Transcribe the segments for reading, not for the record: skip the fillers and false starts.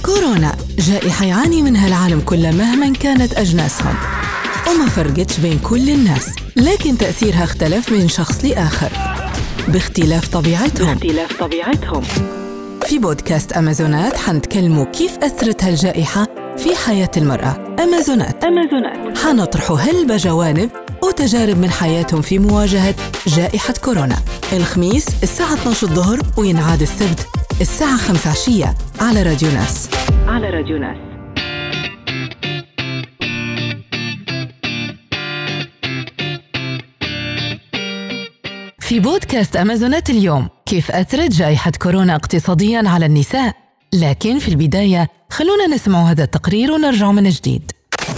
كورونا جائحة يعاني منها العالم كله مهما كانت أجناسهم، وما فرقتش بين كل الناس، لكن تأثيرها اختلف من شخص لآخر باختلاف طبيعتهم. في بودكاست أمازونات حنتكلموا كيف أثرت هالجائحة في حياة المرأة. أمازونات حنطرحوا هالجوانب وتجارب من حياتهم في مواجهة جائحة كورونا. الخميس الساعة 12 الظهر وينعاد السبت الساعة 5 عشية على راديو ناس. في بودكاست أمازونات اليوم كيف أثرت جائحة كورونا اقتصادياً على النساء. لكن في البداية خلونا نسمع هذا التقرير ونرجع من جديد.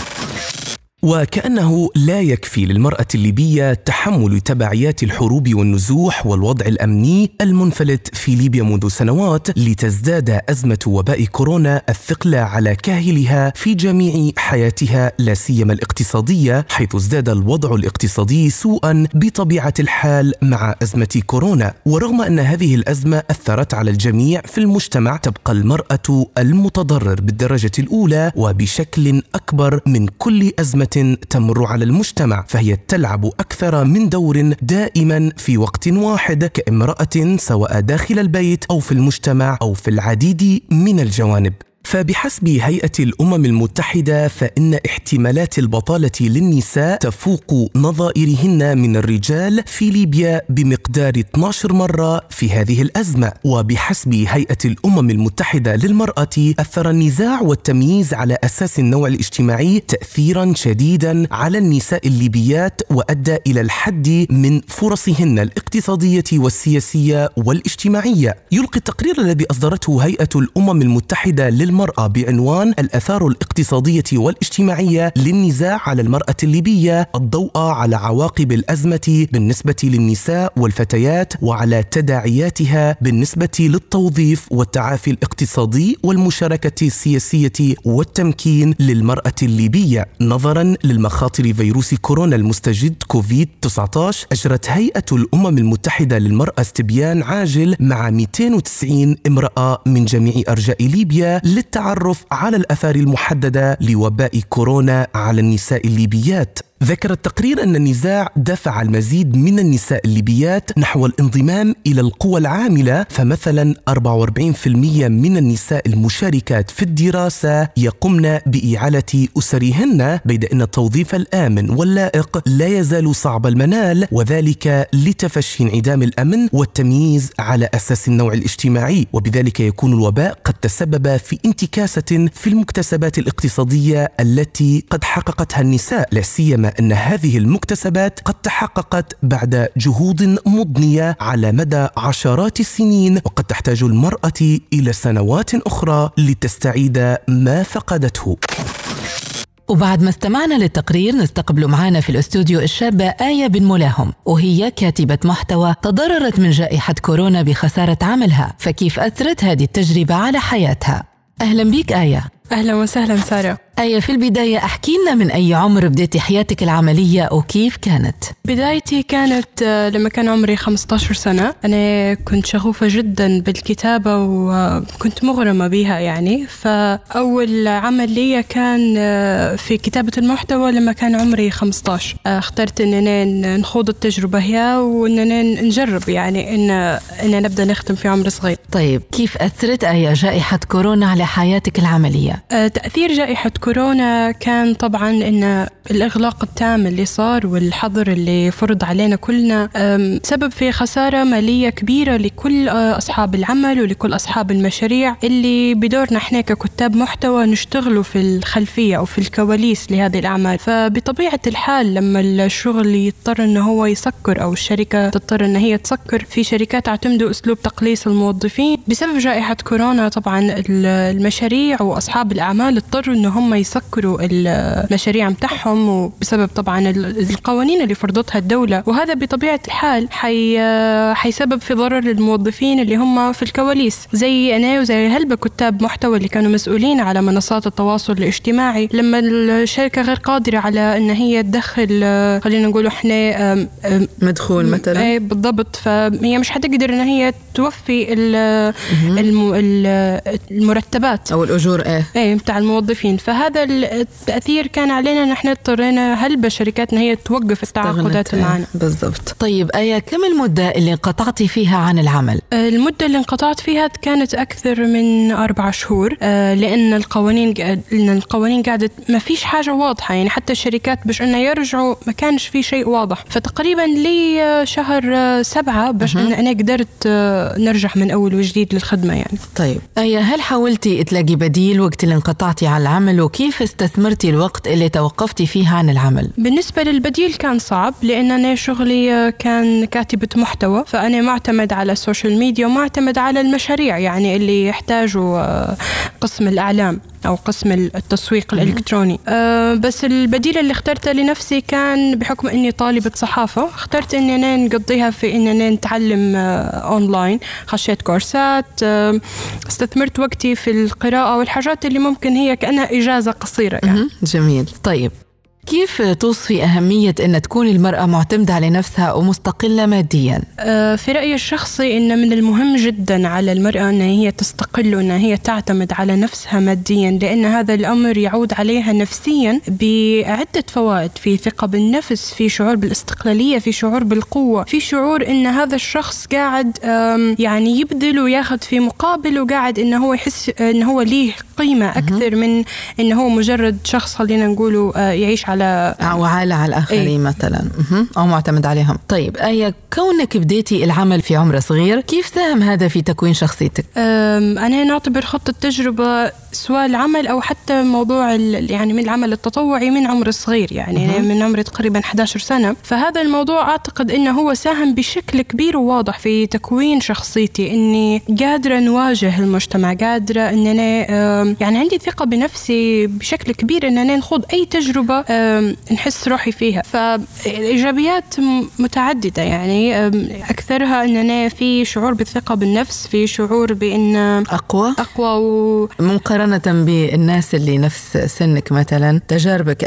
وكأنه لا يكفي للمرأة الليبية تحمل تبعيات الحروب والنزوح والوضع الأمني المنفلت في ليبيا منذ سنوات، لتزداد أزمة وباء كورونا الثقل على كاهلها في جميع حياتها، لا سيما الاقتصادية، حيث ازداد الوضع الاقتصادي سوءا بطبيعة الحال مع أزمة كورونا. ورغم أن هذه الأزمة أثرت على الجميع في المجتمع، تبقى المرأة المتضرر بالدرجة الأولى وبشكل أكبر من كل أزمة تمر على المجتمع، فهي تلعب أكثر من دور دائما في وقت واحد كامرأة، سواء داخل البيت أو في المجتمع أو في العديد من الجوانب. فبحسب هيئة الأمم المتحدة فإن احتمالات البطالة للنساء تفوق نظائرهن من الرجال في ليبيا بمقدار 12 مرة في هذه الأزمة. وبحسب هيئة الأمم المتحدة للمرأة أثر النزاع والتمييز على أساس النوع الاجتماعي تأثيرا شديدا على النساء الليبيات، وأدى إلى الحد من فرصهن الاقتصادية والسياسية والاجتماعية. يلقي التقرير الذي أصدرته هيئة الأمم المتحدة للمرأة بعنوان الآثار الاقتصادية والاجتماعية للنزاع على المرأة الليبية الضوء على عواقب الأزمة بالنسبة للنساء والفتيات، وعلى تداعياتها بالنسبة للتوظيف والتعافي الاقتصادي والمشاركة السياسية والتمكين للمرأة الليبية. نظرا للمخاطر فيروس كورونا المستجد كوفيد-19، أجرت هيئة الأمم المتحدة للمرأة استبيان عاجل مع 290 امرأة من جميع أرجاء ليبيا للتعرف على الآثار المحددة لوباء كورونا على النساء الليبيات. ذكر التقرير أن النزاع دفع المزيد من النساء الليبيات نحو الانضمام إلى القوى العاملة، فمثلا 44% من النساء المشاركات في الدراسة يقمن بإعالة أسرهن، بيد أن التوظيف الآمن واللائق لا يزال صعب المنال، وذلك لتفشي انعدام الأمن والتمييز على أساس النوع الاجتماعي، وبذلك يكون الوباء قد تسبب في انتكاسة في المكتسبات الاقتصادية التي قد حققتها النساء، لا سيما أن هذه المكتسبات قد تحققت بعد جهود مضنية على مدى عشرات السنين، وقد تحتاج المرأة إلى سنوات أخرى لتستعيد ما فقدته. وبعد ما استمعنا للتقرير نستقبل معنا في الاستوديو الشابة آية بن ملاهم، وهي كاتبة محتوى تضررت من جائحة كورونا بخسارة عملها، فكيف أثرت هذه التجربة على حياتها؟ أهلا بك آية. أهلا وسهلا سارة. آية، في البداية أحكي لنا من أي عمر بديتي حياتك العملية وكيف كانت؟ بدايتي كانت لما كان عمري 15 سنة. أنا كنت شغوفة جدا بالكتابة وكنت مغرمة بها يعني، فأول عمل لي كان في كتابة المحتوى لما كان عمري 15. اخترت أننا نخوض التجربة هي وأننا نجرب يعني إن نبدأ نختم في عمر صغير. طيب كيف أثرت آية جائحة كورونا على حياتك العملية؟ تأثير جائحة كورونا كان طبعاً إن الإغلاق التام اللي صار والحظر اللي فرض علينا كلنا سبب في خسارة مالية كبيرة لكل أصحاب العمل ولكل أصحاب المشاريع اللي بدورنا إحنا ككتاب محتوى نشتغلوا في الخلفية أو في الكواليس لهذه الأعمال. فبطبيعة الحال لما الشغل يضطر إنه هو يسكر أو الشركة تضطر إن هي تسكر، في شركات اعتمدوا أسلوب تقليص الموظفين بسبب جائحة كورونا. طبعاً المشاريع وأصحاب الأعمال اضطروا إنه هم حيسكروا المشاريع متاعهم، وبسبب طبعا القوانين اللي فرضتها الدولة، وهذا بطبيعة الحال حيسبب في ضرر للموظفين اللي هم في الكواليس زي أنا وزي هلبة كتاب محتوى اللي كانوا مسؤولين على منصات التواصل الاجتماعي. لما الشركة غير قادرة على أن هي تدخل خلينا نقول إحنا مدخول مثلا، بالضبط، فهي مش حتقدر أن هي توفي المرتبات أو الأجور بتاع الموظفين. فهذا التأثير كان علينا، نحن اضطرينا هلبة شركاتنا هي توقف التعاقدات معنا. بالضبط. طيب آية، كم المدة اللي انقطعتي فيها عن العمل؟ المدة اللي انقطعت فيها كانت أكثر من 4 شهور، لأن القوانين قاعدة ما فيش حاجة واضحة، يعني حتى الشركات باش أنه يرجعوا ما كانش في شيء واضح. فتقريبا لي شهر 7 باش أنا قدرت نرجع من أول وجديد للخدمة يعني. طيب آية، هل حاولتي تلاقي بديل وقت اللي انقطعتي عن العمل، وكيف استثمرتي الوقت اللي توقفتي فيه عن العمل؟ بالنسبة للبديل كان صعب، لأن أنا شغلي كان كاتبة محتوى، فأنا معتمد على السوشيال ميديا ومعتمد على المشاريع يعني اللي يحتاجوا قسم الأعلام أو قسم التسويق الإلكتروني. بس البديل اللي اخترته لنفسي كان بحكم أني طالبة صحافة، اخترت أني أنا نقضيها في أني نتعلم أونلاين. خشيت كورسات، استثمرت وقتي في القراءة والحاجات اللي ممكن هي كأنها إجازة قصيرة يعني. جميل. طيب كيف توصفي أهمية أن تكون المرأة معتمدة على نفسها ومستقلة مادياً؟ في رأيي الشخصي إن من المهم جداً على المرأة أن هي تستقل وأن هي تعتمد على نفسها مادياً، لأن هذا الأمر يعود عليها نفسياً بعدة فوائد، في ثقة بالنفس، في شعور بالاستقلالية، في شعور بالقوة، في شعور إن هذا الشخص قاعد يعني يبذل وياخذ في مقابل، وقاعد إنه هو يحس إنه هو ليه قيمة أكثر من إنه هو مجرد شخص خلينا نقوله يعيش على الآخرين مثلا أو معتمد عليهم. طيب آية، كونك بديتي العمل في عمر صغير، كيف ساهم هذا في تكوين شخصيتك؟ أنا نعتبر خطة تجربة سواء العمل أو حتى موضوع يعني من العمل التطوعي من عمر صغير، يعني من عمر تقريبا 11 سنة. فهذا الموضوع أعتقد إنه هو ساهم بشكل كبير وواضح في تكوين شخصيتي، إني قادرة نواجه المجتمع، قادرة إن أنا يعني عندي ثقة بنفسي بشكل كبير إن أنا نخوض أي تجربة نحس روحي فيها. فالإيجابيات متعددة، يعني أكثرها إن أنا في شعور بالثقة بالنفس، في شعور بأن أقوى مقارنة بالناس اللي نفس سنك مثلا، تجاربك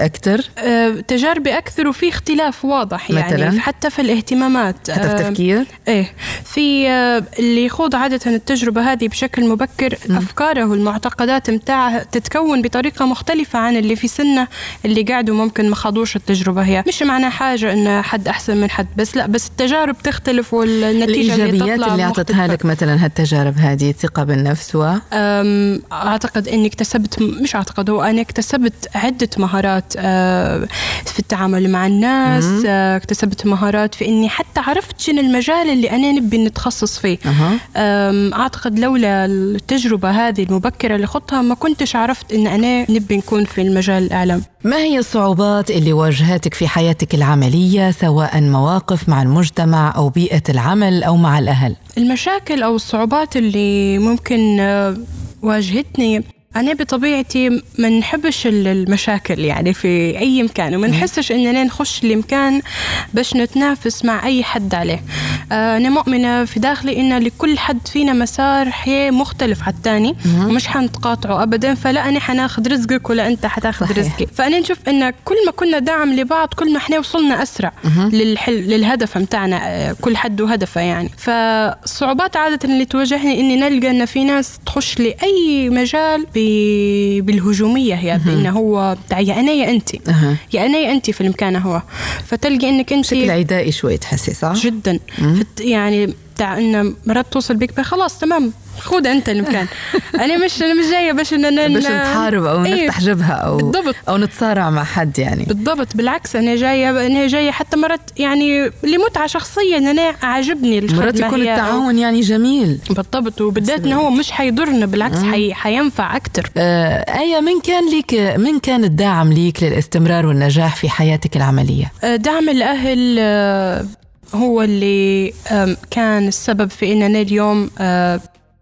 أكثر وفي اختلاف واضح يعني حتى في الاهتمامات، حتى في التفكير. في اللي يخوض عادة التجربة هذه بشكل مبكر أفكاره والمعتقدات متاعه تتكون بطريقة مختلفة عن اللي في سنه اللي قاعدوا ممكن ما خاضوش التجربة. هي مش معنى حاجة إن حد أحسن من حد، بس لا، بس التجارب تختلف والنتيجة الإيجابيات اللي أعطتها لك مثلا هالتجارب هذه ثقة بالنفس أعتقد إني أنا اكتسبت عدة مهارات في التعامل مع الناس، اكتسبت مهارات في إني حتى عرفت شنو المجال اللي أنا نبي نتخصص فيه. أعتقد لولا التجربة هذه المبكرة اللي خضتها ما كنتش عرفت إن أنا نبي نكون في المجال الأعلام. ما هي الصعوبات اللي واجهتك في حياتك العملية، سواء مواقف مع المجتمع أو بيئة العمل أو مع الأهل؟ المشاكل أو الصعوبات اللي ممكن واجهتني، أنا بطبيعتي ما نحبش المشاكل يعني في أي مكان، وما نحسش إننا نخش لمكان باش نتنافس مع أي حد عليه. أنا مؤمنة في داخلي إن لكل حد فينا مسار حياة مختلف عن الثاني، ومش حنتقاطعه أبدا. فلا أنا حناخد رزقك ولا أنت حتاخد رزقي. فأنا نشوف إن كل ما كنا دعم لبعض كل ما إحنا وصلنا أسرع للهدف متاعنا، كل حد وهدفه يعني. فالصعوبات عادة اللي تواجهني إني نلقى إن في ناس تخش لأي مجال بالهجومية، هي بأنه هو يا أنا يا أنت، يا أنا يا أنت في المكان هو. فتلقي إنك أنت بشكل عدائي شوي تحسي، صح؟ جدا. يعني بتاع إن مرات توصل بك خلاص تمام خود أنت المكان. أنا مش جاية باش نتحارب أو نفتح جبهة أو بالضبط. أو نتصارع مع حد يعني. بالضبط، بالعكس أنا جاية حتى مرات يعني لمتعة شخصية، إن أنا عاجبني مرات يكون التعاون يعني جميل. بالضبط، وبالذات إنه هو مش حيضرنا، بالعكس حينفع أكتر. آية، من كان الداعم ليك للاستمرار والنجاح في حياتك العملية؟ دعم الأهل هو اللي كان السبب في إننا اليوم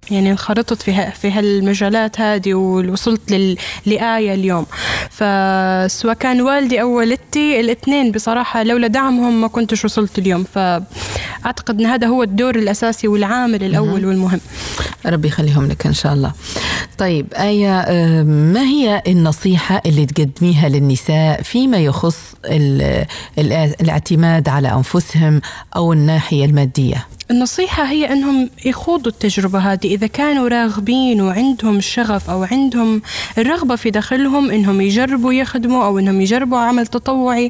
يعني انخرطت في هالمجالات هذه ووصلت لآية اليوم. فسواء كان والدي أو والدتي الاثنين بصراحة لولا دعمهم ما كنتش وصلت اليوم. فأعتقد أن هذا هو الدور الأساسي والعامل الأول والمهم. ربي يخليهم لك إن شاء الله. طيب آية، ما هي النصيحة اللي تقدميها للنساء فيما يخص الاعتماد على أنفسهم أو الناحية المادية؟ النصيحة هي أنهم يخوضوا التجربة هذه إذا كانوا راغبين وعندهم الشغف أو عندهم الرغبة في داخلهم أنهم يجربوا يخدموا أو أنهم يجربوا عمل تطوعي.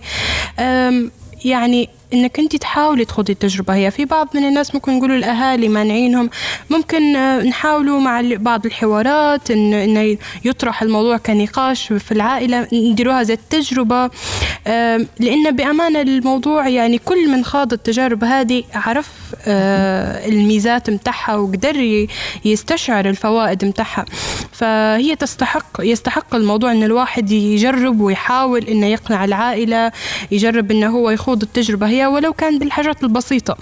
يعني إنك أنت تحاولي تخوضي التجربة. هي في بعض من الناس ممكن يقولوا الأهالي مانعينهم، ممكن نحاولوا مع بعض الحوارات إن يطرح الموضوع كنقاش في العائلة، نديروها زي التجربة. لأن بأمانة الموضوع يعني كل من خاض التجارب هذه عرف الميزات متاعها وقدر يستشعر الفوائد متاعها. فهي يستحق الموضوع إن الواحد يجرب ويحاول إنه يقنع العائلة، يجرب إنه هو يخوض التجربة هي ولو كان بالحاجات البسيطة.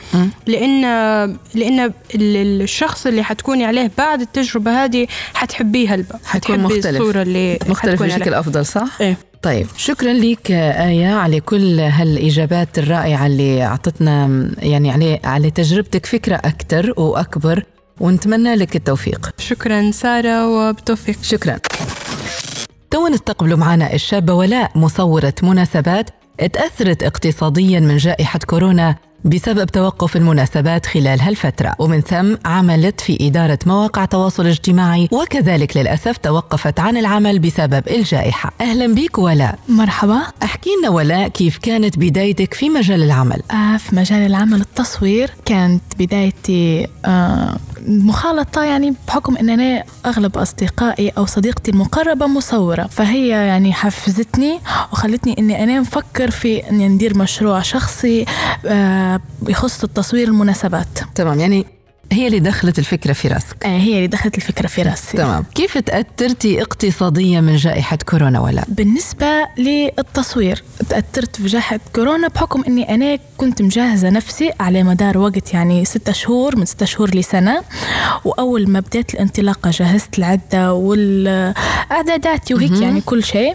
لأن الشخص اللي حتكوني عليه بعد التجربة هذه حتحبيه حتكون مختلف بشكل أفضل، صح؟ إيه. طيب شكرا لك آية على كل هالإجابات الرائعة اللي أعطتنا يعني على تجربتك فكرة أكتر وأكبر، ونتمنى لك التوفيق. شكرا سارة وبتوفيق. شكرا. تو نستقبل معنا الشابة ولاء، مصورة مناسبات اتأثرت اقتصاديا من جائحة كورونا بسبب توقف المناسبات خلال هالفترة، ومن ثم عملت في إدارة مواقع تواصل اجتماعي، وكذلك للأسف توقفت عن العمل بسبب الجائحة. أهلا بك ولاء. مرحبا. احكي لنا ولاء، كيف كانت بدايتك في مجال العمل؟ في مجال العمل التصوير كانت بدايتي مخالطة، يعني بحكم أن أنا أغلب أصدقائي أو صديقتي المقربة مصورة، فهي يعني حفزتني وخلتني أني أنا مفكر في أني ندير مشروع شخصي يخص التصوير المناسبات. تمام، يعني هي اللي دخلت الفكرة في راسك. هي اللي دخلت الفكرة في راسي. تمام. كيف تأثرتي اقتصاديا من جائحة كورونا ولا؟ بالنسبة للتصوير تأثرت في جائحة كورونا بحكم أني أنا كنت مجهزة نفسي على مدار وقت يعني 6 شهور، من 6 شهور لسنة. وأول ما بدأت الانطلاقة جهزت العدة والإعدادات وهيك يعني كل شيء.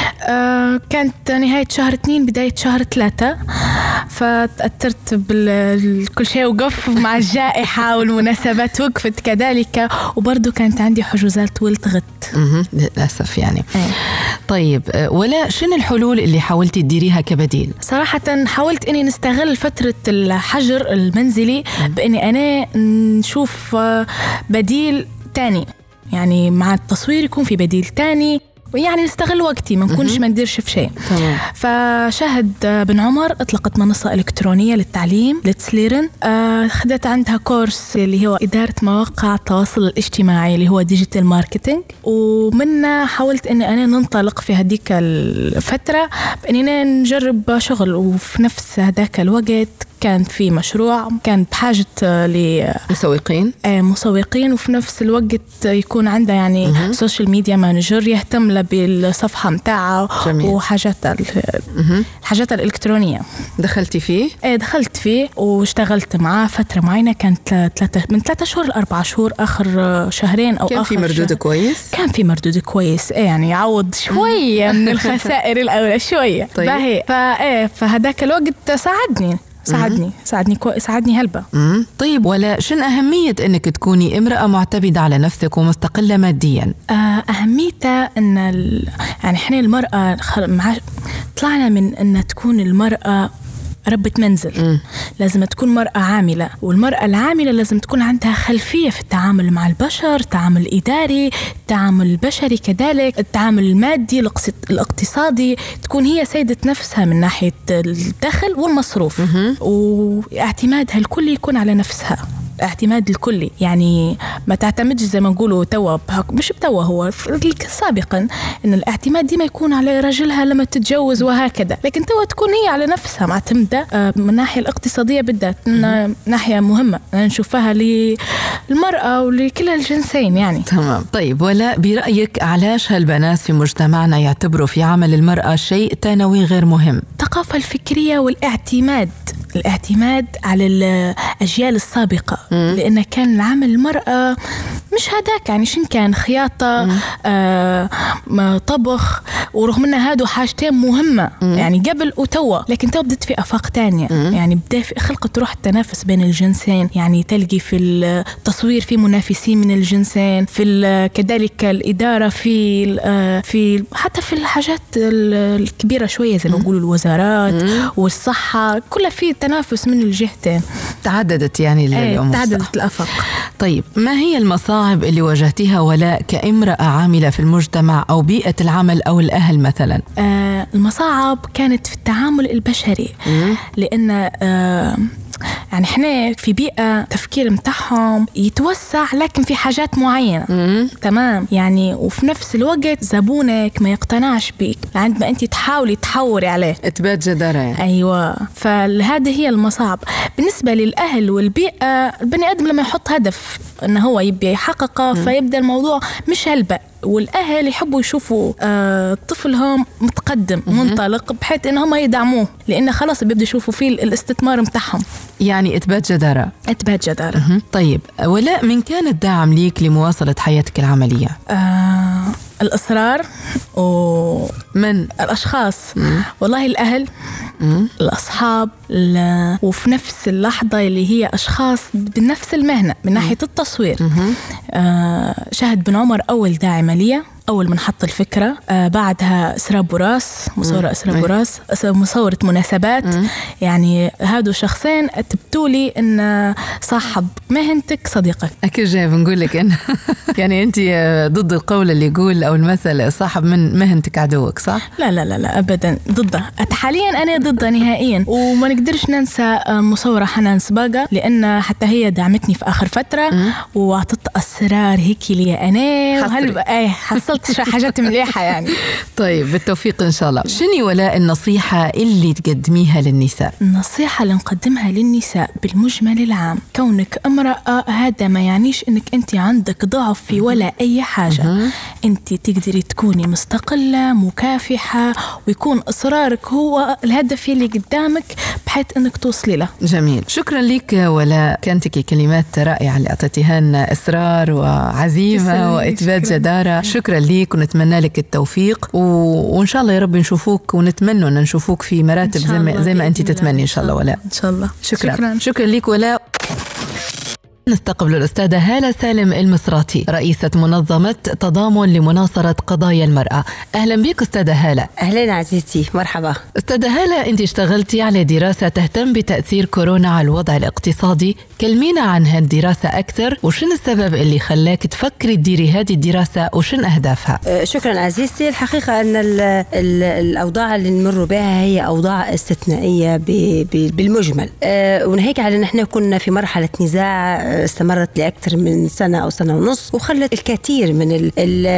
كانت نهاية شهر 2 بداية شهر 3، فتأثرت بكل شيء وقف مع الجائحة والمناسبات وقفت كذلك، وبرضو كانت عندي حجوزات والتغت للأسف يعني. طيب ولا شنو الحلول اللي حاولتي تديريها كبديل؟ صراحة حاولت أني نستغل فترة الحجر المنزلي بأني أنا نشوف بديل تاني، يعني مع التصوير يكون في بديل تاني، ويعني نستغل وقتي ما نكونش ما نديرش في شيء. فشاهد بن عمر أطلقت منصة إلكترونية للتعليم لتسليرن، خدت عندها كورس اللي هو إدارة مواقع التواصل الاجتماعي اللي هو ديجيتال ماركتينج، ومنها حاولت أني أنا ننطلق في هذيك الفترة بأننا نجرب شغل. وفي نفس هذاك الوقت كان في مشروع كان بحاجة مسوقين وفي نفس الوقت يكون عنده يعني سوشيال ميديا مانجر يهتم بالصفحة متاعه الحاجات الإلكترونية. دخلتي فيه؟ دخلت فيه واشتغلت معاه فترة معينة، كانت من 3 شهور ل 4 شهور. آخر شهرين أو كان في مردود كويس؟ كان في مردود كويس، يعني يعوض شوية من الخسائر الأولى شوية. طيب. فهداك الوقت ساعدني هلبة. طيب ولا شن أهمية أنك تكوني امرأة معتمدة على نفسك ومستقلة ماديا؟ أهميتها أن يعني إحنا المرأة طلعنا من أن تكون المرأة ربة منزل. لازم تكون مرأة عاملة، والمرأة العاملة لازم تكون عندها خلفية في التعامل مع البشر، التعامل الإداري، التعامل البشري، كذلك التعامل المادي الاقتصادي، تكون هي سيدة نفسها من ناحية الدخل والمصروف. واعتمادها الكلي يكون على نفسها، اعتماد الكلي، يعني ما تعتمدش زي ما نقولوا مش بتوا هو سابقا ان الاعتماد دي ما يكون على رجلها لما تتجوز وهكذا، لكن توا تكون هي على نفسها معتمدة. من الناحية الاقتصادية بالذات ناحية مهمة نشوفها للمرأة ولكل الجنسين يعني. تمام. طيب ولا برأيك علاش هالبنات في مجتمعنا يعتبروا في عمل المرأة شيء ثانوي غير مهم؟ الثقافة الفكرية والاعتماد الاعتماد على الأجيال السابقة، لأن كان العمل المرأة مش هداك، يعني شن كان خياطة، طبخ، ورغم أن هادو حاجتين مهمة يعني قبل وتوا، لكن تو بدت في أفاق تانية. يعني بدأ في خلقة روح التنافس بين الجنسين، يعني تلقي في التصوير في منافسين من الجنسين، في كذلك الإدارة، في حتى في الحاجات الكبيرة شوية زي ما نقولوا الوزارات والصحة، كلها في تنافس من الجهتين. تعددت يعني الأمور، تعددت الأفاق. طيب ما هي المصاعب اللي واجهتيها ولاء كامرأة عاملة في المجتمع أو بيئة العمل أو الأهل مثلا؟ المصاعب كانت في التعامل البشري، لأن يعني احنا في بيئة تفكير متاعهم يتوسع لكن في حاجات معينة. تمام، يعني وفي نفس الوقت زبونك ما يقتنعش بيك عندما انت تحاولي تحوري عليه، اثبات جدارة يعني. ايوه، فهذه هي المصاعب. بالنسبة للأهل والبيئة، البني آدم لما يحط هدف انه هو يبي يحققه فيبدأ الموضوع مش هلبة، والأهل يحبوا يشوفوا طفلهم متقدم منطلق بحيث إنهم يدعموه، لأن خلاص بيبدأ يشوفوا فيه الاستثمار متاعهم، يعني إثبات جدارة. طيب ولاء، من كان الداعم ليك لمواصلة حياتك العملية؟ الإصرار ومن الأشخاص. والله الأهل، الأصحاب، وفي نفس اللحظة اللي هي أشخاص بنفس المهنة من ناحية التصوير. شاهد بن عمر أول داعمة لي أول من حط الفكرة، بعدها إسراء بوراس، مصورة إسراء بوراس، مصورة مناسبات. يعني هادو شخصين أتبتولي إن صاحب مهنتك صديقك. أكيد جاي بنقول لك إن يعني أنت ضد القول اللي يقول أو المثل صاحب من مهنتك عدوك، صح؟ لا لا لا لا أبدا، ضده. حاليا أنا ضده نهائيا، وما نقدرش ننسى مصورة حنان سباقة، لأن حتى هي دعمتني في آخر فترة وعطت أسرار هيك لي أنا حصلت حاجات مليحة يعني. طيب بالتوفيق إن شاء الله. شنو ولاء النصيحة اللي تقدميها للنساء؟ النصيحة اللي نقدمها للنساء بالمجمل العام، كونك امرأة هذا ما يعنيش انك انت عندك ضعف في ولا اي حاجة. انت تقدري تكوني مستقلة مكافحة، ويكون اصرارك هو الهدف اللي قدامك بحيث انك توصلي له. جميل، شكرا لك ولاء، كانت كلمات رائعة اللي اعطيتيها لنا، اصرار وعزيمة واثبات جدارة. شكرا ليك ونتمنى لك التوفيق، وإن شاء الله يا رب نشوفوك، ونتمنى أن نشوفوك في مراتب زي ما أنت تتمني إن شاء الله ولاء. إن شاء الله. شكرا ليك ولاء. نستقبل الأستاذة هالة سالم المصراتي، رئيسة منظمة تضامن لمناصرة قضايا المرأة. أهلا بك أستاذة هالة. أهلا عزيزتي، مرحبا. أستاذة هالة، أنت اشتغلتي على دراسة تهتم بتأثير كورونا على الوضع الاقتصادي، كلمينا عن هالدراسة أكثر، وشن السبب اللي خلاك تفكري تديري هذه الدراسة وشن أهدافها؟ شكرا عزيزتي. الحقيقة أن الأوضاع اللي نمر بها هي أوضاع استثنائية بالمجمل، ونهيك على أن احنا كنا في مرحلة نزاع استمرت لأكثر من سنة أو سنة ونص، وخلت الكثير من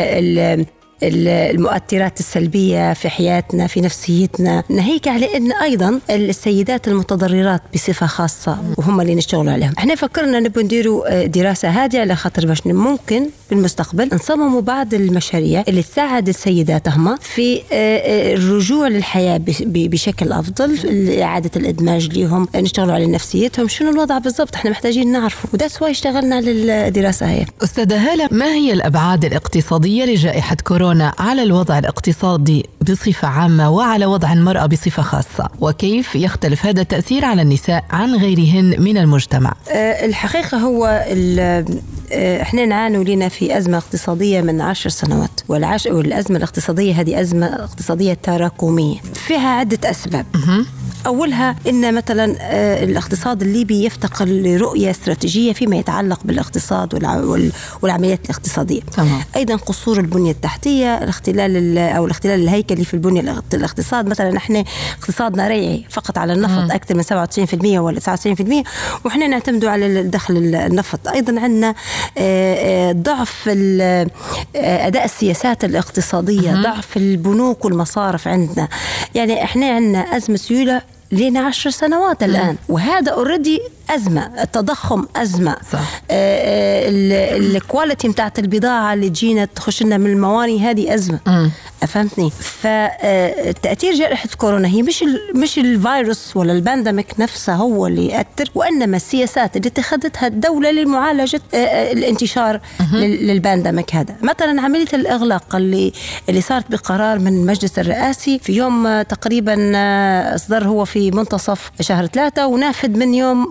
المؤثرات السلبية في حياتنا، في نفسيتنا، ناهيك على أن أيضا السيدات المتضررات بصفة خاصة وهم اللي نشتغلوا عليهم. احنا فكرنا نبغى نديروا دراسة هذه على خاطر باش ممكن بالمستقبل نصمموا بعض المشاريع اللي تساعد السيدات هم في الرجوع للحياة بشكل أفضل، إعادة الإدماج لهم، نشتغلوا على نفسيتهم، شنو الوضع بالضبط احنا محتاجين نعرفه، وده سواء اشتغلنا على الدراسة هي. أستاذة هالة، ما هي الأبعاد الاقتصادية لجائحة كورونا على الوضع الاقتصادي بصفة عامة وعلى وضع المرأة بصفة خاصة، وكيف يختلف هذا التأثير على النساء عن غيرهن من المجتمع؟ الحقيقة هو احنا نعانوا لنا في أزمة اقتصادية من 10 سنوات، والأزمة الاقتصادية هذه أزمة اقتصادية تراكمية فيها عدة أسباب. أولها إن مثلا الاقتصاد الليبي يفتقر لرؤية استراتيجية فيما يتعلق بالاقتصاد والعمليات الاقتصادية. تمام. أيضا قصور البنية التحتية، الاختلال الهيكلي في البنية الاقتصاد. مثلا احنا اقتصادنا ريعي فقط على النفط أكثر من 97% ولا 99%، وإحنا نعتمد على الدخل النفط. أيضا عندنا ضعف أداء السياسات الاقتصادية، ضعف البنوك والمصارف عندنا. يعني احنا عندنا أزمة سيولة لنا 10 سنوات الآن، وهذا أوريدي أزمة، التضخم أزمة، الكواليتي متاعت البضاعة اللي تجينا تخش لنا من المواني هذه أزمة. فهمتني؟ فتأثير جائحة كورونا هي مش الفيروس ولا البانديميك نفسه هو اللي يأثر، وإنما السياسات اللي اتخذتها الدولة لمعالجة الانتشار للبانديميك هذا. مثلا عملية الإغلاق اللي صارت بقرار من المجلس الرئاسي في يوم تقريبا أصدر هو في منتصف شهر 3 ونافذ من يوم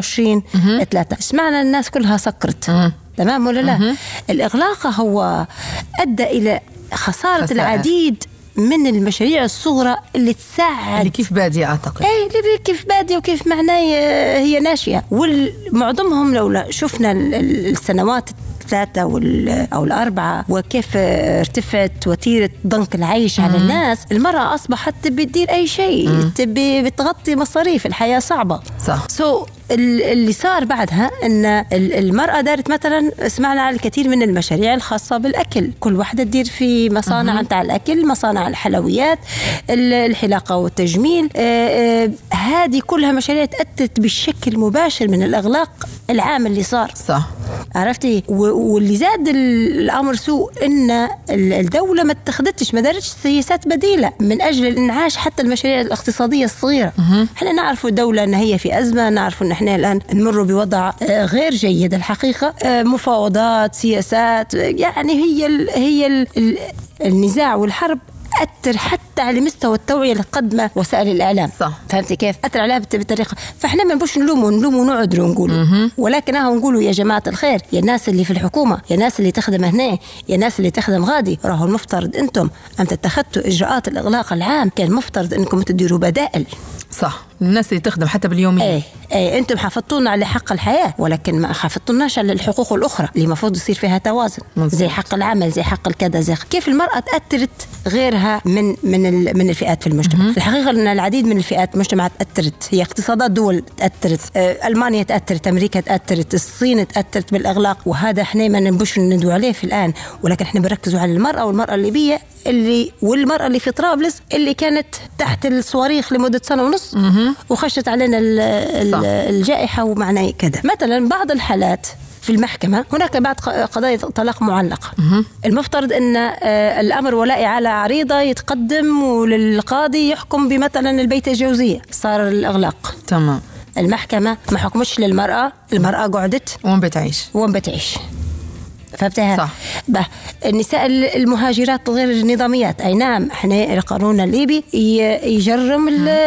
22/3. سمعنا الناس كلها سكرت. تمام ولا لا؟ الإغلاق هو أدى إلى خسارة العديد من المشاريع الصغرى اللي تساعد، اللي كيف بادية أعتقد، اللي كيف بادية وكيف معناه هي ناشئة. والمعظمهم لو شفنا السنوات 3 أو 4 وكيف ارتفعت وتيرة ضنك العيش على الناس، المرأة أصبحت تبي تدير أي شيء، تبي بتغطي مصاريف الحياة صعبة. صح. اللي صار بعدها أن المرأة دارت مثلا، سمعنا على الكثير من المشاريع الخاصة بالأكل، كل واحدة تدير في مصانع متاع الأكل، مصانع الحلويات، الحلاقة والتجميل. هذه كلها مشاريع تأثرت بشكل مباشر من الإغلاق العام اللي صار. صح. عرفتي؟ واللي زاد الأمر سوء إن الدولة ما اتخذتش، ما دارتش سياسات بديلة من أجل الإنعاش حتى المشاريع الاقتصادية الصغيرة. احنا نعرف الدولة أن هي في أزمة، نعرف أن احنا الآن نمر بوضع غير جيد الحقيقة، مفاوضات، سياسات، يعني هي النزاع والحرب أثر حتى على مستوى التوعية اللي قدمه وسائل الإعلام. صح. فهمتي كيف؟ أثر عليها بالطريقة. فإحنا ما نبوش نلوموا ونعذروا ونقولوا، ولكن نقولوا يا جماعة الخير، يا الناس اللي في الحكومة، يا الناس اللي تخدم هنا، يا الناس اللي تخدم غادي، راهو المفترض أنتم أم اتخذتوا إجراءات الإغلاق العام، كان مفترض أنكم تديروا بدائل. صح. الناس اللي تخدم حتى باليومية. أنتم حافظتونا على حق الحياة، ولكن ما حافظتوناش على الحقوق الأخرى اللي مفروض يصير فيها توازن. زي حق العمل، زي حق الكذا، زي كيف المرأة تأثرت غيرها من الفئات في المجتمع. الحقيقة أن العديد من الفئات في المجتمع تأثرت، هي اقتصادات دول تأثرت، ألمانيا تأثرت، أمريكا تأثرت، الصين تأثرت بالإغلاق، وهذا احنا ما نبوش ندو عليه في الآن، ولكن احنا بنركزوا على المرأة والمرأة الليبية والمرأة اللي في طرابلس اللي كانت تحت الصواريخ لمدة 1.5 سنة وخشت علينا الجائحة ومعناه كذا. مثلا بعض الحالات في المحكمة هناك بعض قضايا طلاق معلقة، المفترض أن الأمر ولائي على عريضة يتقدم وللقاضي يحكم بمثلا البيت الجوزية، صار الإغلاق. تمام. المحكمة ما حكمتش للمرأة، المرأة قعدت وين بتعيش. فهمتها؟ صح. النساء المهاجرات غير النظاميات، أي نعم احنا القانون الليبي يجرم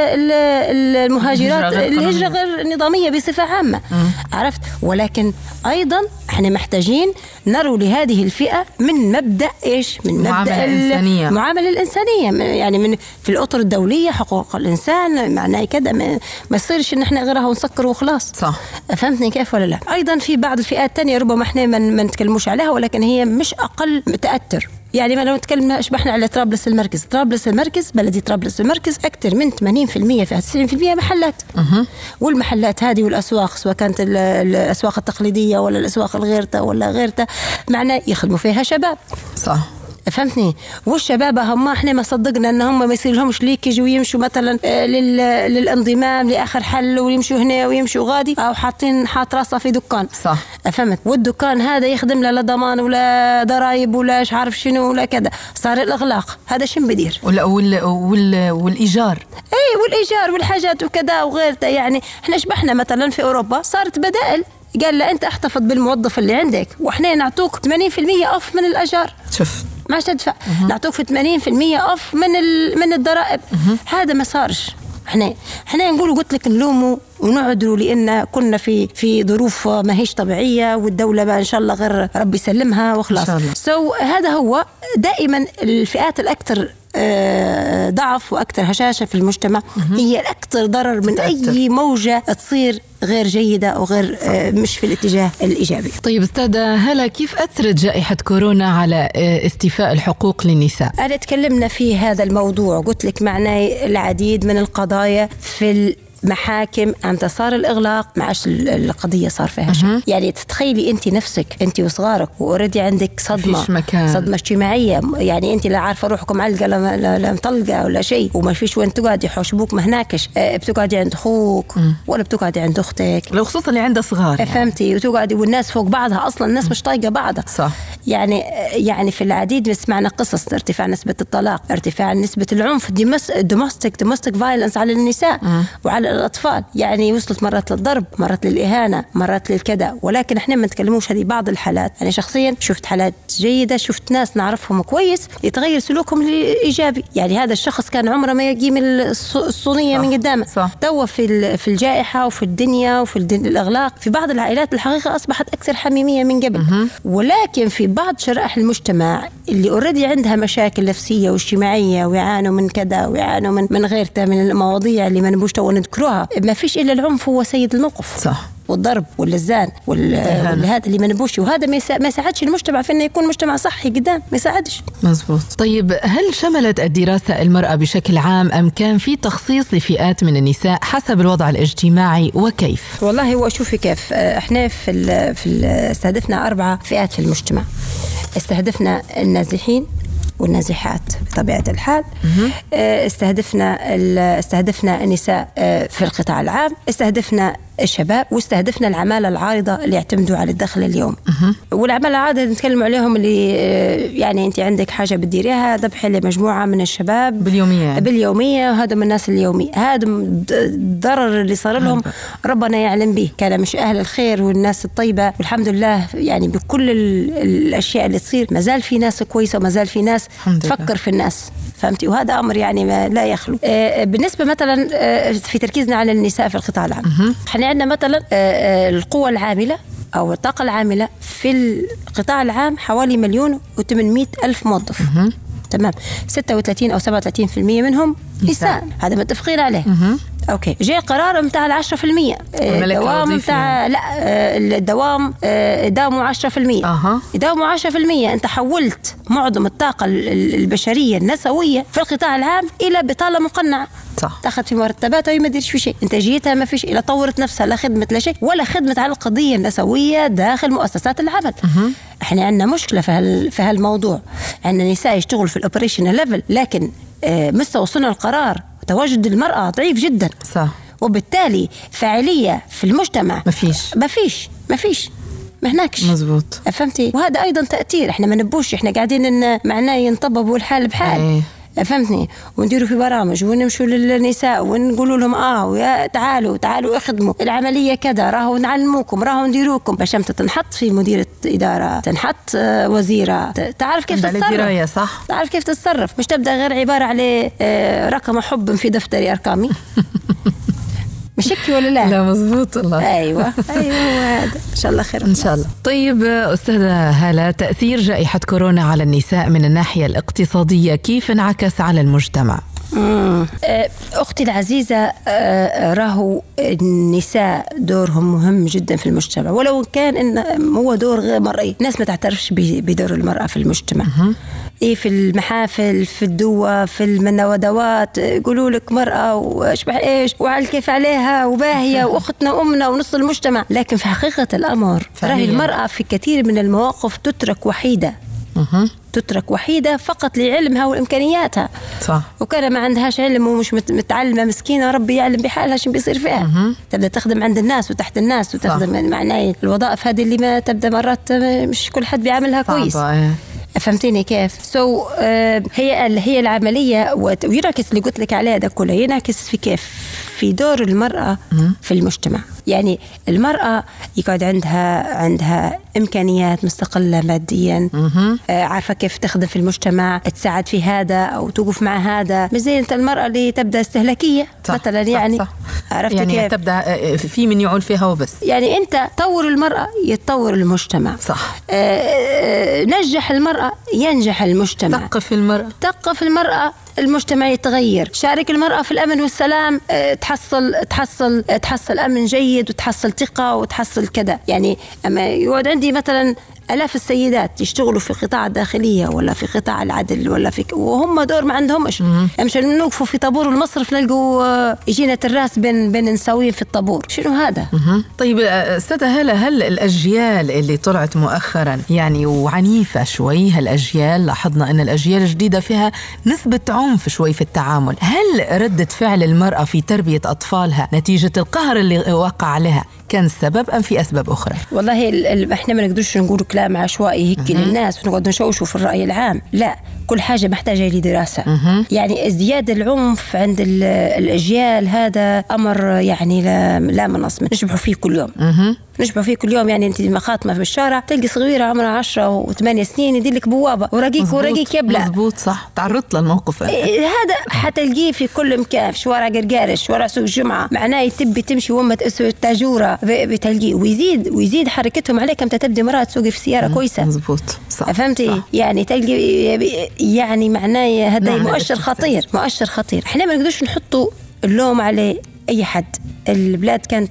المهاجرات الهجرة غير النظامية بصفة عامة. عرفت؟ ولكن أيضا احنا محتاجين نروا لهذه الفئة من مبدأ إيش؟ من مبدأ المعاملة الإنسانية، يعني من في الأطر الدولية حقوق الإنسان، معناه كده ما يصيرش إن احنا غيرها ونسكر وخلاص. صح. فهمتني كيف ولا لا؟ أيضا في بعض الفئات الثانية ربما احنا ما نتكلموش عليها، ولكن هي مش أقل تأثر. يعني ما لو نتكلم شبحنا على طرابلس المركز، بلدي طرابلس المركز أكثر من 80% في 90% محلات. والمحلات هذه والأسواق، سواء كانت الأسواق التقليدية ولا الأسواق الغيرتها ولا غيرتها، معناه يخدموا فيها شباب. صح. فهمتني؟ والشباب هم احنا ما صدقنا ان هم ما يصير لهمش ليكج ويمشوا مثلا للانضمام لاخر حل ويمشوا هنا ويمشوا غادي، او حاط راسه في دكان. صح. فهمت؟ والدكان هذا يخدم لا ضمان ولا ضرائب ولا مش عارف شنو ولا كذا، صار الاغلاق. هذا شنو بدير؟ والايجار. والايجار والحاجات وكذا وغيرته. يعني احنا شبحنا مثلا في اوروبا صارت بدائل، قال له انت احتفظ بالموظف اللي عندك واحنا نعطوك 80% اوف من الاجار. شوف ما تدفع، نعطوك في 80% اوف من الضرائب. هذا ما صارش. احنا نقولوا قلت لك نلوموا ونعذروا لان كنا في ظروف ما هيش طبيعيه، والدوله بقى ان شاء الله غير ربي يسلمها وخلاص. هذا هو دائما الفئات الاكثر ضعف واكثر هشاشه في المجتمع هي الاكثر ضرر من اي موجه تصير غير جيده او غير مش في الاتجاه الايجابي. طيب استاذه هلا، كيف اثرت جائحه كورونا على استيفاء الحقوق للنساء؟ انا تكلمنا في هذا الموضوع، قلت لك معناه العديد من القضايا في محاكم، أمتى صار الإغلاق، ما عادش القضية صار فيها شيء. يعني تتخيلي أنت نفسك أنت وصغارك وأوريدي عندك صدمة اجتماعية، يعني أنت لا عارفة روحكم علقة لا مطلقة ولا شيء، وما فيش وين تقعدي، حوشبوك ما هناكش، بتقعدي عند أخوك ولا بتقعدي عند أختك، لو خصوصا اللي عنده صغار يعني. فهمتي؟ وتقعدي والناس فوق بعضها، أصلا الناس مش طايقة بعضها. صح. يعني في العديد سمعنا قصص ارتفاع نسبة الطلاق، ارتفاع نسبة العنف، دومستيك فايلنس على النساء وعلى الأطفال، يعني وصلت مرات للضرب، مرات للإهانة، مرات للكذا. ولكن احنا ما نتكلموش هذه بعض الحالات. أنا شخصيا شفت حالات جيدة، شفت ناس نعرفهم كويس يتغير سلوكهم لإيجابي. يعني هذا الشخص كان عمره ما يجي من الصينية من قدامه، توا في الجائحة وفي الدنيا وفي الإغلاق في بعض العائلات الحقيقة أصبحت أكثر حميمية من قبل. ولكن في بعض شرائح المجتمع اللي أوريدي عندها مشاكل نفسية واجتماعية ويعانوا من كذا ويعانوا من غيرها من المواضيع اللي ما نبوش تو نذكروها، ما فيش إلا العنف هو سيد الموقف. صح. والضرب واللزان والهذا اللي ما نبوش، وهذا ما يساعدش المجتمع في انه يكون مجتمع صحي قدام، ما يساعدش. مزبوط. طيب هل شملت الدراسة المرأة بشكل عام أم كان في تخصيص لفئات من النساء حسب الوضع الاجتماعي وكيف؟ والله هو شوفي كيف احنا استهدفنا 4 فئات في المجتمع. استهدفنا النازحين والنازحات بطبيعة الحال، استهدفنا النساء في القطاع العام، استهدفنا الشباب، واستهدفنا العمالة العارضة اللي يعتمدوا على الدخل اليوم. والعمالة العارضة نتكلم عليهم اللي يعني أنت عندك حاجة بتديريها، ذبح لمجموعة من الشباب باليومية، وهذا من الناس اليومي، هذا الضرر اللي صار لهم ربنا يعلم به، كان مش أهل الخير والناس الطيبة. والحمد لله يعني بكل الأشياء اللي تصير ما زال في ناس كويسة وما زال في ناس تفكر في الناس، فهمتي؟ وهذا أمر يعني ما لا يخلو. بالنسبة مثلا في تركيزنا على النساء في القطاع العام، احنا عندنا مثلا القوة العاملة أو الطاقة العاملة في القطاع العام حوالي 1,800,000 موظف. تمام. 36 أو 37% منهم نساء، هذا متفقين عليه. اوكي. جاء قرار متاع 10%، الدوام متاع لا الدوام داوموا 10%. داوموا 10%. انت حولت معظم الطاقة البشرية النسوية في القطاع العام إلى بطالة مقنعة. صح. تاخذ في مرتباتها وهي ما تديرش في شيء، انتاجيتها ما فيش، لا طورت نفسها لا خدمت لا شيء، ولا خدمت على القضية النسوية داخل مؤسسات العمل. احنا عندنا مشكلة في هالموضوع، عندنا نساء يشتغلوا في الأوبريشنال ليفل، لكن مستوى صنع القرار وتواجد المرأة ضعيف جدا. صح. وبالتالي فاعلية في المجتمع ما فيش ما هناكش. مزبوط. فهمتي؟ وهذا أيضا تأثير، احنا ما نبوش، احنا قاعدين إن معناه ينطببوا الحال بحال. فهمتني؟ ونديروا في برامج ونمشوا للنساء ونقولوا لهم ويا تعالوا اخدموا العملية كذا، راهو نعلموكم، راهو نديروكم، باش امتى تنحط في مديرة إدارة، تنحط وزيرة، تعرف كيف تتصرف. صح. تعرف كيف تتصرف، مش تبدأ غير عبارة على رقم حب في دفتري أرقامي. مش هيك ولا لا؟ لا مزبوط. الله. أيوة هذا إن شاء الله خير إن شاء الله. طيب أستاذة هالة، تأثير جائحة كورونا على النساء من الناحية الاقتصادية كيف انعكس على المجتمع؟ أختي العزيزة، راهو النساء دورهم مهم جدا في المجتمع، ولو كان إن هو دور غير مرئي، الناس ما تعترفش بدور المرأة في المجتمع. في المحافل، في الدوة، في الندوات يقولوا لك مرأة واشبح ايش وعلى كيف عليها وباهية واختنا وامنا ونص المجتمع، لكن في حقيقة الأمر راهي المرأة في كثير من المواقف تترك وحيدة فقط لعلمها وإمكانياتها. صح. وكان ما عندهاش علم ومش متعلمة مسكينة، ربي يعلم بحالها شو بيصير فيها. تبدأ تخدم عند الناس وتحت الناس وتخدم معناه الوظائف هذه اللي ما تبدأ مرات مش كل حد بيعملها كويس. فهمتيني كيف؟ هي العملية وينعكس اللي قلت لك عليه ده كله، ينعكس في كيف في دور المرأة في المجتمع. يعني المرأة يقعد عندها إمكانيات مستقلة ماديا، عارفة كيف تخدم في المجتمع، تساعد في هذا أو توقف مع هذا، مش زي أنت المرأة اللي تبدأ استهلاكية مثلا. يعني عرفت يعني كيف تبدأ في من يعول فيها وبس. يعني أنت طور المرأة يتطور المجتمع. صح. نجح المرأة ينجح المجتمع. ثقف المرأة المجتمع يتغير. شارك المرأة في الأمن والسلام، تحصل أمن جيد وتحصل ثقة وتحصل كذا. يعني أما يقعد عندي مثلا آلاف السيدات يشتغلوا في قطاع الداخلية ولا في قطاع العدل ولا في وهم دور ما عندهمش. مش نوقفوا في طابور المصرف نلقوا يجينا الراس بين نساوين في الطابور. شنو هذا؟ طيب أستاذة هالة، هل الأجيال اللي طلعت مؤخرا يعني وعنيفة شوي، هالأجيال لاحظنا أن الأجيال الجديدة فيها نسبة عنف شوي في التعامل، هل ردة فعل المرأة في تربية أطفالها نتيجة القهر اللي وقع عليها كان السبب أم في أسباب أخرى؟ والله إحنا ما نقدرش نقول كلام عشوائي هيك للناس ونقعد نشوشوا في الرأي العام، لا، كل حاجة محتاجة لدراسة. يعني ازدياد العنف عند الأجيال هذا أمر يعني لا منص نشبحوا فيه كل يوم. نشبه فيه كل يوم. يعني انت مخاطمه في الشارع تلقي صغيره عمرها 10 و8 سنين يدير لك بوابه ورقيق يبلع. مزبوط، صح، تعرضت للموقف هذا حتلقيه في كل مكان، في شوارع قرقارش، شوارع سوق الجمعه، معناه تبي تمشي وما اسود التاجوره بتلقيه. ويزيد حركتهم عليك امتى تبدي مرأة تسوقي في سياره كويسه. مزبوط، صح، فهمتي؟ صح. يعني تلقي يعني معناه هذا مؤشر خطير. احنا ما نقدرش نحطوا اللوم على اي حد. البلاد كانت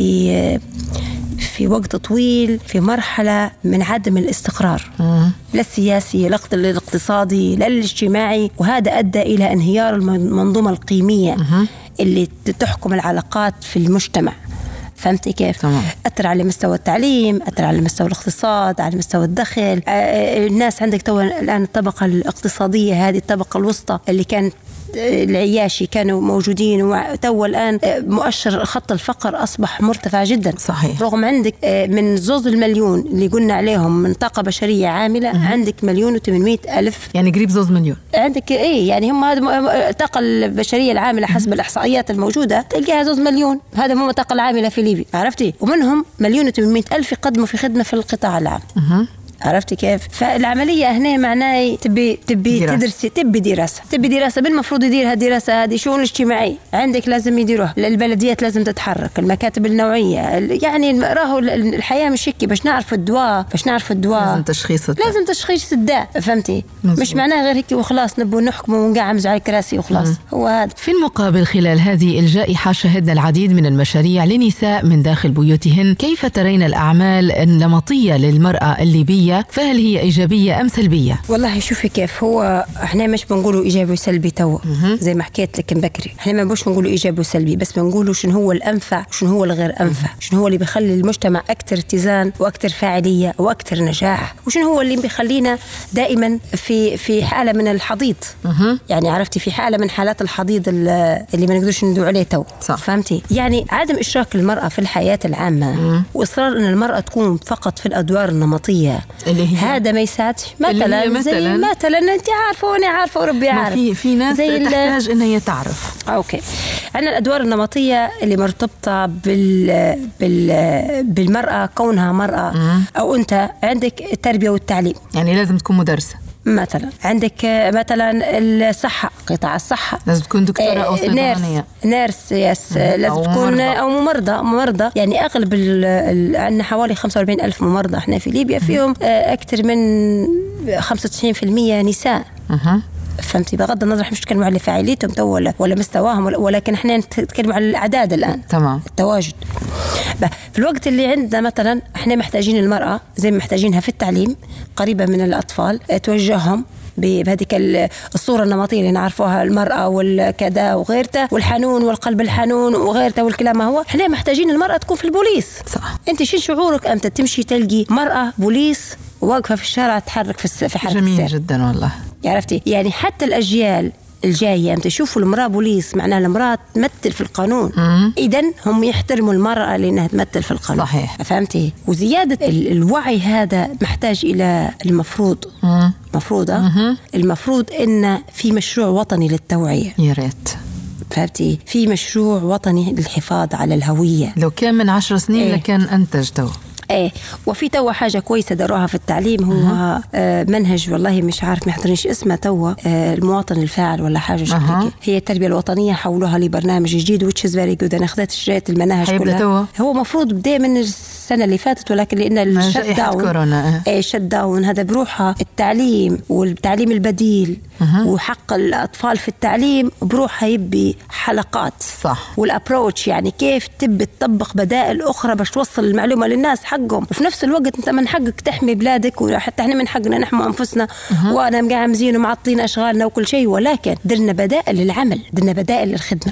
في وقت طويل في مرحلة من عدم الاستقرار، لا السياسي لا الاقتصادي لا الاجتماعي، وهذا أدى إلى انهيار المنظومة القيمية اللي تحكم العلاقات في المجتمع. فهمتي كيف؟ أثر على مستوى التعليم، أثر على مستوى الاقتصاد، على مستوى الدخل. الناس عندك الآن الطبقة الاقتصادية هذه الطبقة الوسطى اللي كانت العياشي كانوا موجودين، وتو الآن مؤشر خط الفقر أصبح مرتفع جدا. صحيح. رغم عندك من 2 مليون اللي قلنا عليهم من طاقة بشرية عاملة، عندك 1,800,000، يعني قريب 2 مليون. عندك يعني هم هذا الطاقة البشرية العاملة حسب الإحصائيات الموجودة تلقاها 2 مليون. هذا مو الطاقة العاملة في ليبيا، عرفتي؟ ومنهم 1,800,000 يقدموا في خدمة في القطاع العام. عرفتي كيف؟ فالعملية هنا معناه تبي تدرسي، تبي دراسة بالمفروض يديرها الدراسة هذه شؤون الاجتماعية عندك لازم يديروها، البلديات لازم تتحرك، المكاتب النوعية. يعني راهو الحياة مش هيك. باش نعرف الدواء لازم تشخيص الداء. فهمتي؟ مزبوط. مش معناه غير هيك وخلاص نبو نحكم ونقعمز على الكراسي وخلاص. هو هذا. في المقابل خلال هذه الجائحة شهدنا العديد من المشاريع لنساء من داخل بيوتهن. كيف ترين الأعمال النمطية للمرأة الليبية؟ فهل هي إيجابية أم سلبية؟ والله شوفي كيف هو، احنا مش بنقولوا إيجابي وسلبي توا زي ما حكيت لك بكري. احنا ما بنقولوا إيجابي وسلبي، بس بنقولوا شنو هو الأنفع وشنو هو الغير أنفع، شنو هو اللي بيخلي المجتمع أكثر اتزان وأكثر فاعلية وأكثر نجاح، وشنو هو اللي بيخلينا دائما في حالة من الحضيض. يعني عرفتي، في حالة من حالات الحضيض اللي ما نقدرش ندعو عليه تو. فهمتي؟ يعني عدم إشراك المرأة في الحياة العامة وإصرار أن المرأة تكون فقط في الأدوار النمطية، هذا ما يساعدش. مثلا انت عارفه وانا عارفه وربي عارف في ناس تحتاج ان هي تعرف. اوكي، عندنا الادوار النمطيه اللي مرتبطه بالمراه كونها مراه او انت. عندك التربيه والتعليم، يعني لازم تكون مدرسه مثلا. عندك مثلا الصحة، قطاع الصحة لازم تكون دكتورة أو صيدلانية، نيرس لازم تكون أو ممرضة. يعني أغلب عندنا حوالي 45,000 ممرضة احنا في ليبيا، فيهم أكثر من 95% نساء. فهمتي؟ بغض النظر احنا مش نتكلم على فاعليتهم تو ولا مستواهم، ولكن احنا نتكلم على الأعداد الآن. تمام. التواجد في الوقت اللي عندنا مثلا احنا محتاجين المرأة زي ما محتاجينها في التعليم، قريبة من الأطفال، توجههم بهذيك الصورة النمطية اللي نعرفوها، المرأة والكذا وغيرته والحنون والقلب الحنون وغيرته والكلام. هو احنا محتاجين المرأة تكون في البوليس. صح. انت شو شعورك أنت تمشي تلقي مرأة بوليس واقفة في الشارع تحرك في حركة جميل السير؟ جدا والله. عرفتي؟ يعني حتى الأجيال الجاية أنت تشوفوا المرأة بوليس، معناها المرأة تمثل في القانون. إذن هم يحترموا المرأة لأنها تمثل في القانون. صحيح. فهمتي؟ وزيادة الوعي هذا محتاج إلى المفروض إن في مشروع وطني للتوعية. يا ريت. فهمتي؟ في مشروع وطني للحفاظ على الهوية. لو كان من 10 سنين لكان أنتج تو. وفي توا حاجة كويسة داروها في التعليم، هو منهج والله مش عارف محضرنيش اسمه توا، المواطن الفاعل ولا حاجة شكل. هي التربية الوطنية حولوها لبرنامج جديد which is very good. أنا أخذت شريت المناهج كلها. توا. هو مفروض بدأ من السنة اللي فاتت، ولكن لأن الشت داون هذا بروحها التعليم والتعليم البديل وحق الأطفال في التعليم بروحها يبي حلقات صح. والأبروتش يعني كيف تبي تطبق بدائل أخرى باش توصل المعلومة للناس حقهم، وفي نفس الوقت أنت من حقك تحمي بلادك، وحتى احنا من حقنا نحمي أنفسنا وأنا مقعمزين ومعطين أشغالنا وكل شيء، ولكن درنا بدائل للعمل، درنا بدائل للخدمة.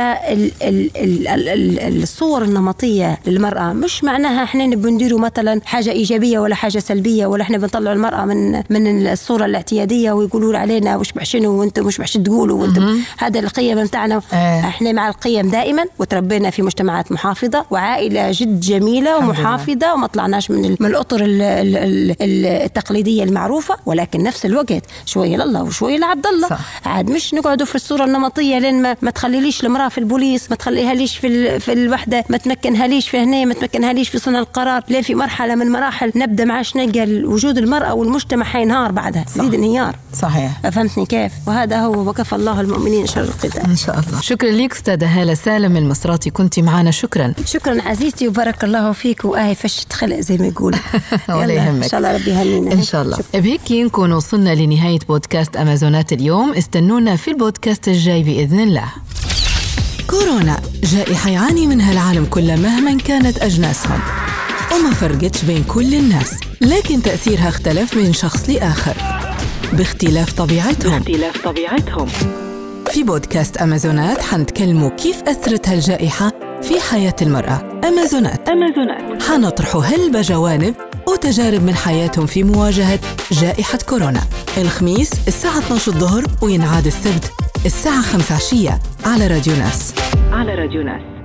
فالصور النمطية للمرأة مش معناها احنا بنديروا مثلا حاجة إيجابية ولا حاجة سلبية، ولا احنا بنطلع المرأة من الصورة الاعتيادية ويقولوا علينا وش بحشنوا وانتم مش بحش تقولوا وانتم هذا القيم بتاعنا. احنا مع القيم دائما، وتربينا في مجتمعات محافظة وعائلة جد جميلة ومحافظة، وما طلعناش من الأطر التقليدية المعروفة، ولكن نفس الوقت شوية لله وشوية لعبد الله. عاد مش نقعدوا في الصورة النمطية لين ما تخليليش المرأة في البوليس، ما تخليها ليش في الوحدة، ما تمكنها ليش في هنا، ما تمكنها ليش في صنع القرار، لين في مرحلة من مراحل نبدأ معاش نلقى وجود المرأة والمجتمع حينهار بعدها زيد انهيار. صحيح. فهمتني كيف؟ وهذا هو وكفى الله المؤمنين شر القتال إن شاء الله. شكرا لك أستاذة هالة سالم المصراتي، كنتي معنا. شكرا عزيزتي وبارك الله فيك، وآهي فشت خلق زي ما يقول. ولا يهمك إن شاء الله ربي يهنينا إن شاء الله. بهيك نكون وصلنا لنهاية بودكاست أمازونات اليوم. استنونا في البودكاست الجاي بإذن الله. كورونا جائحة يعاني منها العالم كله مهما كانت أجناسهم، وما فرقتش بين كل الناس، لكن تأثيرها اختلف من شخص لآخر باختلاف طبيعتهم. في بودكاست أمازونات حنتكلموا كيف أثرت هالجائحة في حياة المرأة. أمازونات حنطرحوا هالبجوانب وتجارب من حياتهم في مواجهة جائحة كورونا. الخميس الساعة 12 الظهر، وينعاد السبت الساعة 5 عشية على راديو ناس.